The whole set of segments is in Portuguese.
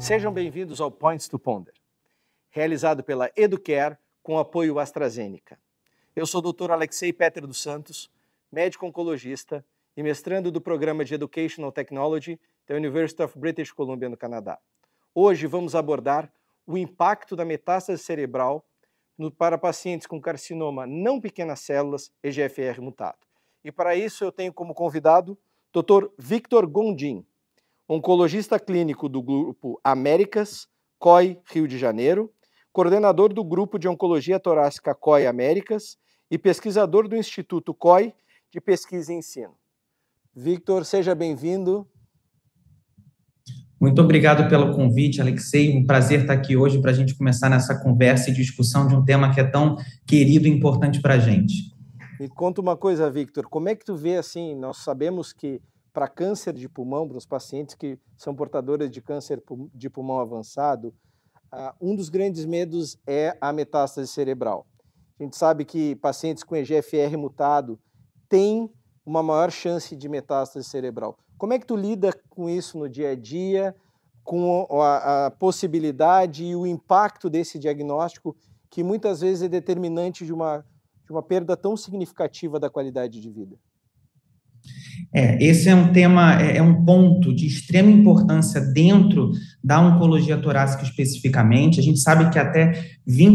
Sejam bem-vindos ao Points to Ponder, realizado pela Educare com apoio AstraZeneca. Eu sou o Dr. Alexei Peter dos Santos, médico oncologista e mestrando do programa de Educational Technology da University of British Columbia, no Canadá. Hoje vamos abordar o impacto da metástase cerebral para pacientes com carcinoma não pequenas células EGFR mutado. E para isso eu tenho como convidado Dr. Victor Gondim, oncologista clínico do Grupo Américas, COI Rio de Janeiro, coordenador do Grupo de Oncologia Torácica COI Américas e pesquisador do Instituto COI de Pesquisa e Ensino. Victor, seja bem-vindo. Muito obrigado pelo convite, Alexei. Um prazer estar aqui hoje para a gente começar nessa conversa e discussão de um tema que é tão querido e importante para a gente. Me conta uma coisa, Victor, como é que tu vê assim, nós sabemos que para câncer de pulmão, para os pacientes que são portadores de câncer de pulmão avançado, um dos grandes medos é a metástase cerebral. A gente sabe que pacientes com EGFR mutado têm uma maior chance de metástase cerebral. Como é que tu lida com isso no dia a dia, com a possibilidade e o impacto desse diagnóstico, que muitas vezes é determinante de uma perda tão significativa da qualidade de vida? Esse é um tema, é um ponto de extrema importância dentro da oncologia torácica especificamente. A gente sabe que até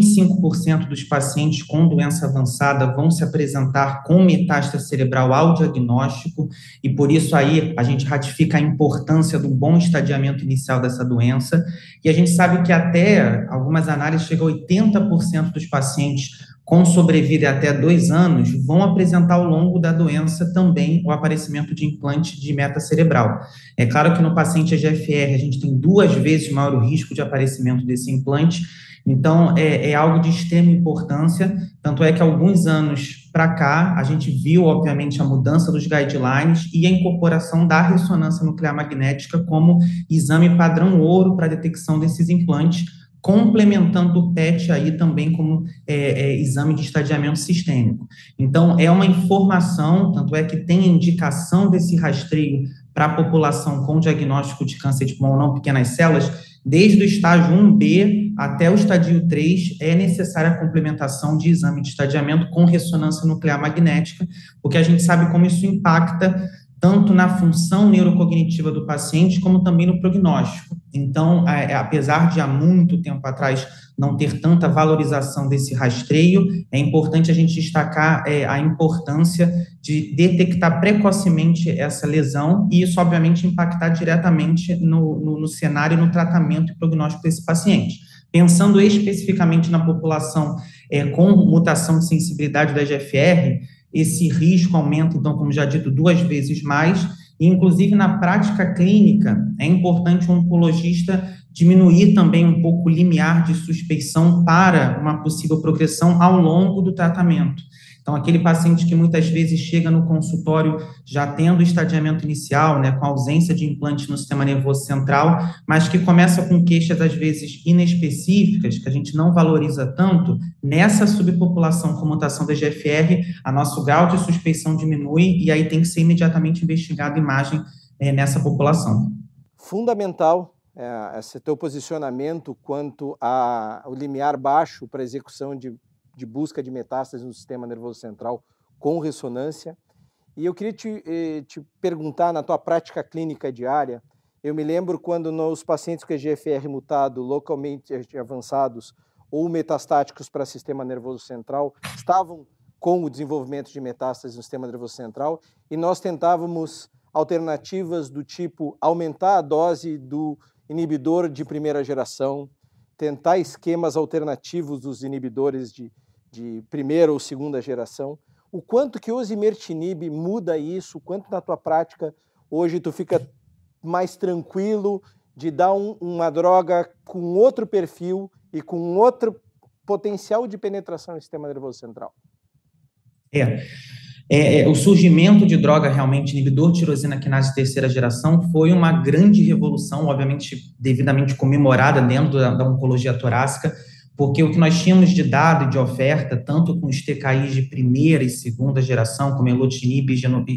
25% dos pacientes com doença avançada vão se apresentar com metástase cerebral ao diagnóstico, e por isso aí a gente ratifica a importância do bom estadiamento inicial dessa doença, e a gente sabe que até algumas análises chegam a 80% dos pacientes com sobrevida até 2 anos, vão apresentar ao longo da doença também o aparecimento de implante de meta cerebral. É claro que no paciente EGFR a gente tem 2 vezes maior o risco de aparecimento desse implante, então é algo de extrema importância, tanto é que há alguns anos para cá a gente viu, obviamente, a mudança dos guidelines e a incorporação da ressonância nuclear magnética como exame padrão ouro para a detecção desses implantes, complementando o PET aí também como exame de estadiamento sistêmico. Então, é uma informação, tanto é que tem indicação desse rastreio para a população com diagnóstico de câncer de pulmão não pequenas células, desde o estágio 1B até o estágio 3, é necessária a complementação de exame de estadiamento com ressonância nuclear magnética, porque a gente sabe como isso impacta tanto na função neurocognitiva do paciente, como também no prognóstico. Então, apesar de há muito tempo atrás não ter tanta valorização desse rastreio, é importante a gente destacar a importância de detectar precocemente essa lesão e isso, obviamente, impactar diretamente no cenário, no tratamento e prognóstico desse paciente. Pensando especificamente na população com mutação de sensibilidade da EGFR, esse risco aumenta, então, como já dito, 2 vezes mais, e, inclusive, na prática clínica, é importante o oncologista diminuir também um pouco o limiar de suspeição para uma possível progressão ao longo do tratamento. Então, aquele paciente que muitas vezes chega no consultório já tendo o estadiamento inicial, né, com ausência de implante no sistema nervoso central, mas que começa com queixas, às vezes, inespecíficas, que a gente não valoriza tanto, nessa subpopulação com mutação da EGFR, a nosso grau de suspeição diminui e aí tem que ser imediatamente investigado imagem nessa população. Fundamental esse teu posicionamento quanto ao limiar baixo para execução de busca de metástases no sistema nervoso central com ressonância. E eu queria te perguntar, na tua prática clínica diária, eu me lembro quando nos pacientes com EGFR mutado, localmente avançados ou metastáticos para sistema nervoso central, estavam com o desenvolvimento de metástases no sistema nervoso central, e nós tentávamos alternativas do tipo aumentar a dose do inibidor de primeira geração, tentar esquemas alternativos dos inibidores de primeira ou segunda geração. O quanto que o osimertinib muda isso, o quanto na tua prática hoje tu fica mais tranquilo de dar uma droga com outro perfil e com outro potencial de penetração no sistema nervoso central? O surgimento de droga realmente inibidor de tirosina quinase de terceira geração foi uma grande revolução, obviamente devidamente comemorada dentro da oncologia torácica, porque o que nós tínhamos de dado e de oferta, tanto com os TKIs de primeira e segunda geração, como elotinib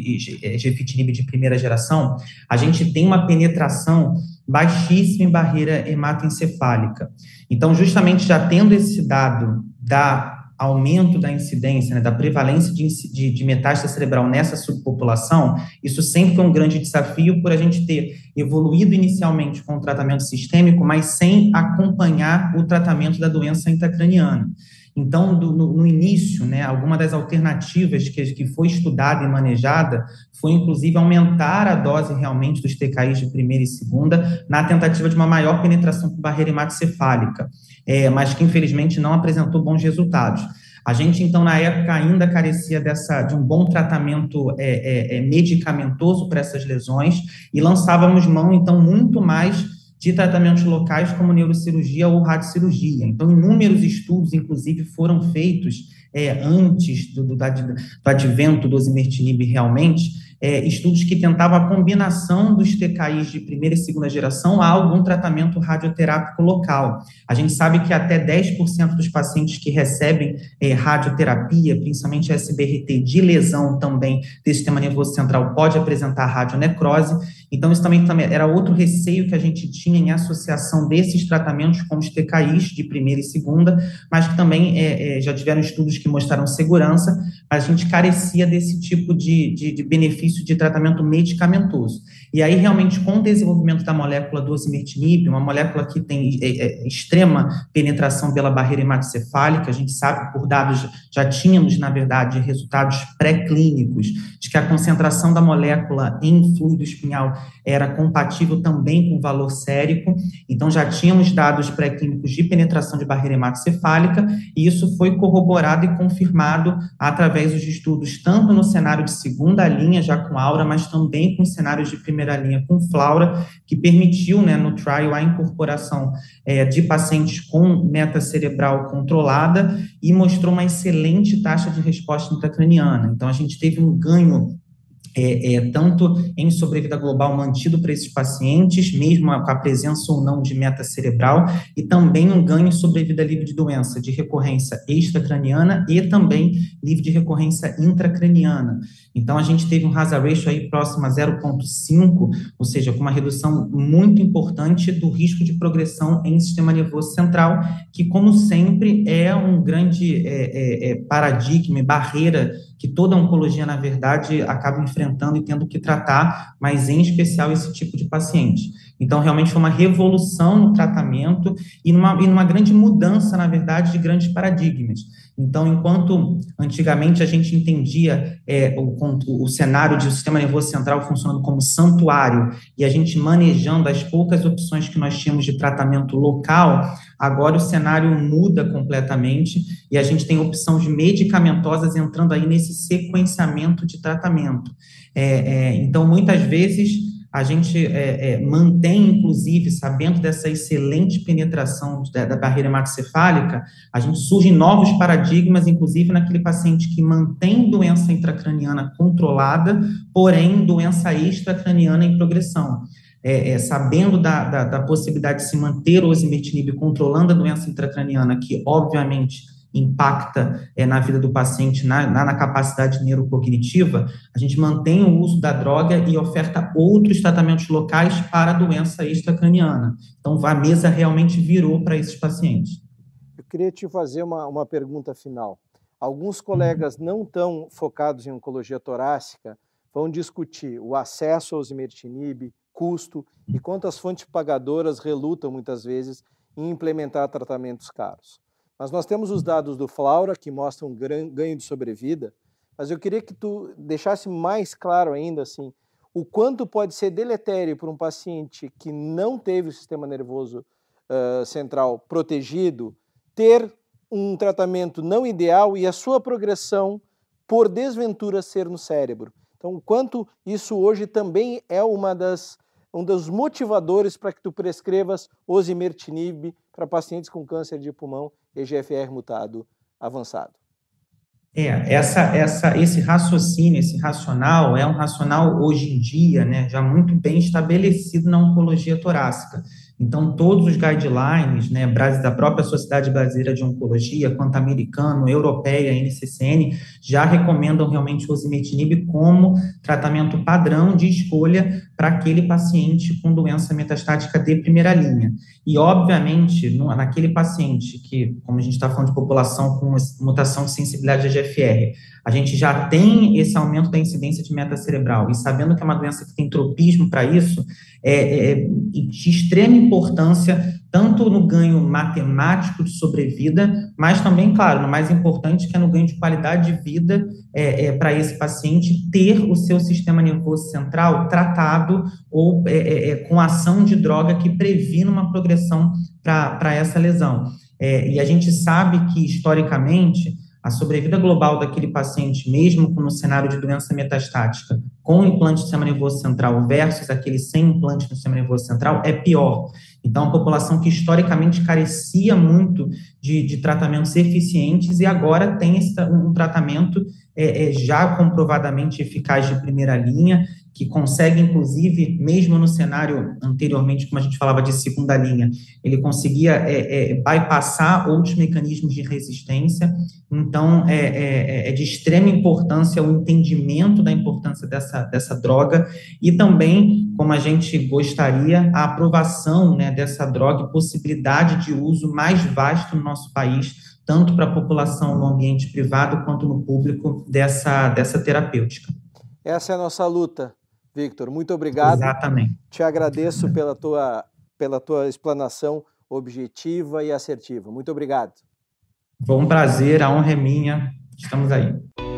e gefitinib de primeira geração, a gente tem uma penetração baixíssima em barreira hematoencefálica. Então, justamente já tendo esse dado da aumento da incidência, né, da prevalência de metástase cerebral nessa subpopulação, isso sempre foi um grande desafio por a gente ter evoluído inicialmente com o tratamento sistêmico, mas sem acompanhar o tratamento da doença intracraniana. Então, no início, né, alguma das alternativas que foi estudada e manejada foi, inclusive, aumentar a dose realmente dos TKIs de primeira e segunda na tentativa de uma maior penetração por barreira hematocefálica, mas que, infelizmente, não apresentou bons resultados. A gente, então, na época, ainda carecia de um bom tratamento medicamentoso para essas lesões e lançávamos mão, então, muito mais de tratamentos locais como neurocirurgia ou radiocirurgia. Então, inúmeros estudos, inclusive, foram feitos antes do advento do osimertinib realmente, estudos que tentavam a combinação dos TKIs de primeira e segunda geração a algum tratamento radioterápico local. A gente sabe que até 10% dos pacientes que recebem radioterapia, principalmente SBRT de lesão também do sistema nervoso central, pode apresentar radionecrose. Então, isso também era outro receio que a gente tinha em associação desses tratamentos com os TKIs de primeira e segunda, mas que também já tiveram estudos que mostraram segurança, a gente carecia desse tipo de benefício de tratamento medicamentoso. E aí, realmente, com o desenvolvimento da molécula do osimertinib, uma molécula que tem extrema penetração pela barreira hematocefálica, a gente sabe, por dados, já tínhamos, na verdade, resultados pré-clínicos, de que a concentração da molécula em fluido espinhal era compatível também com o valor sérico, então já tínhamos dados pré-clínicos de penetração de barreira hematocefálica, e isso foi corroborado e confirmado através dos estudos, tanto no cenário de segunda linha, já com Aura, mas também com cenários de primeira linha com Flaura, que permitiu, né, no trial, a incorporação de pacientes com meta cerebral controlada e mostrou uma excelente taxa de resposta intracraniana. Então, a gente teve um ganho tanto em sobrevida global mantido para esses pacientes, mesmo com a presença ou não de meta cerebral, e também um ganho em sobrevida livre de doença, de recorrência extracraniana e também livre de recorrência intracraniana. Então, a gente teve um hazard ratio aí próximo a 0,5, ou seja, com uma redução muito importante do risco de progressão em sistema nervoso central, que, como sempre, é um grande paradigma e barreira que toda a oncologia, na verdade, acaba enfrentando e tendo que tratar, mas em especial esse tipo de paciente. Então, realmente foi uma revolução no tratamento e numa grande mudança, na verdade, de grandes paradigmas. Então, enquanto antigamente a gente entendia o cenário de sistema nervoso central funcionando como santuário e a gente manejando as poucas opções que nós tínhamos de tratamento local, agora o cenário muda completamente e a gente tem opções medicamentosas entrando aí nesse sequenciamento de tratamento. Então, muitas vezes, a gente mantém, inclusive, sabendo dessa excelente penetração da barreira hematocefálica, a gente surge novos paradigmas, inclusive naquele paciente que mantém doença intracraniana controlada, porém doença extracraniana em progressão. Sabendo da possibilidade de se manter o osimertinib controlando a doença intracraniana, que obviamente impacta na vida do paciente, na capacidade neurocognitiva, a gente mantém o uso da droga e oferta outros tratamentos locais para a doença extracraniana. Então, a mesa realmente virou para esses pacientes. Eu queria te fazer uma pergunta final. Alguns colegas não tão focados em oncologia torácica vão discutir o acesso ao osimertinib, custo e quanto as fontes pagadoras relutam muitas vezes em implementar tratamentos caros. Mas nós temos os dados do Flaura que mostram um ganho de sobrevida, mas eu queria que tu deixasse mais claro ainda assim, o quanto pode ser deletério para um paciente que não teve o sistema nervoso central protegido, ter um tratamento não ideal e a sua progressão por desventura ser no cérebro. Então, o quanto isso hoje também é um dos motivadores para que tu prescrevas osimertinib para pacientes com câncer de pulmão EGFR mutado avançado. Esse raciocínio, esse racional, é um racional hoje em dia, né, já muito bem estabelecido na oncologia torácica. Então, todos os guidelines, né, da própria Sociedade Brasileira de Oncologia, quanto americano, europeia, NCCN, já recomendam realmente o osimertinib como tratamento padrão de escolha para aquele paciente com doença metastática de primeira linha. E, obviamente, naquele paciente que, como a gente está falando de população com mutação de sensibilidade de EGFR, a gente já tem esse aumento da incidência de meta cerebral, e sabendo que é uma doença que tem tropismo para isso, de extrema importância, tanto no ganho matemático de sobrevida, mas também, claro, no mais importante, que é no ganho de qualidade de vida para esse paciente ter o seu sistema nervoso central tratado ou com ação de droga que previna uma progressão para essa lesão. E a gente sabe que, historicamente, a sobrevida global daquele paciente, mesmo no cenário de doença metastática, com implante do sistema nervoso central versus aquele sem implante no sistema nervoso central, é pior. Então, a população que historicamente carecia muito de tratamentos eficientes e agora tem um tratamento já comprovadamente eficaz de primeira linha, que consegue, inclusive, mesmo no cenário anteriormente, como a gente falava de segunda linha, ele conseguia bypassar outros mecanismos de resistência. Então, é de extrema importância o entendimento da importância dessa droga e também, como a gente gostaria, a aprovação, né, dessa droga e possibilidade de uso mais vasto no nosso país, tanto para a população no ambiente privado quanto no público dessa terapêutica. Essa é a nossa luta, Victor. Muito obrigado. Exatamente. Te agradeço pela tua explanação objetiva e assertiva. Muito obrigado. Foi um prazer, a honra é minha. Estamos aí.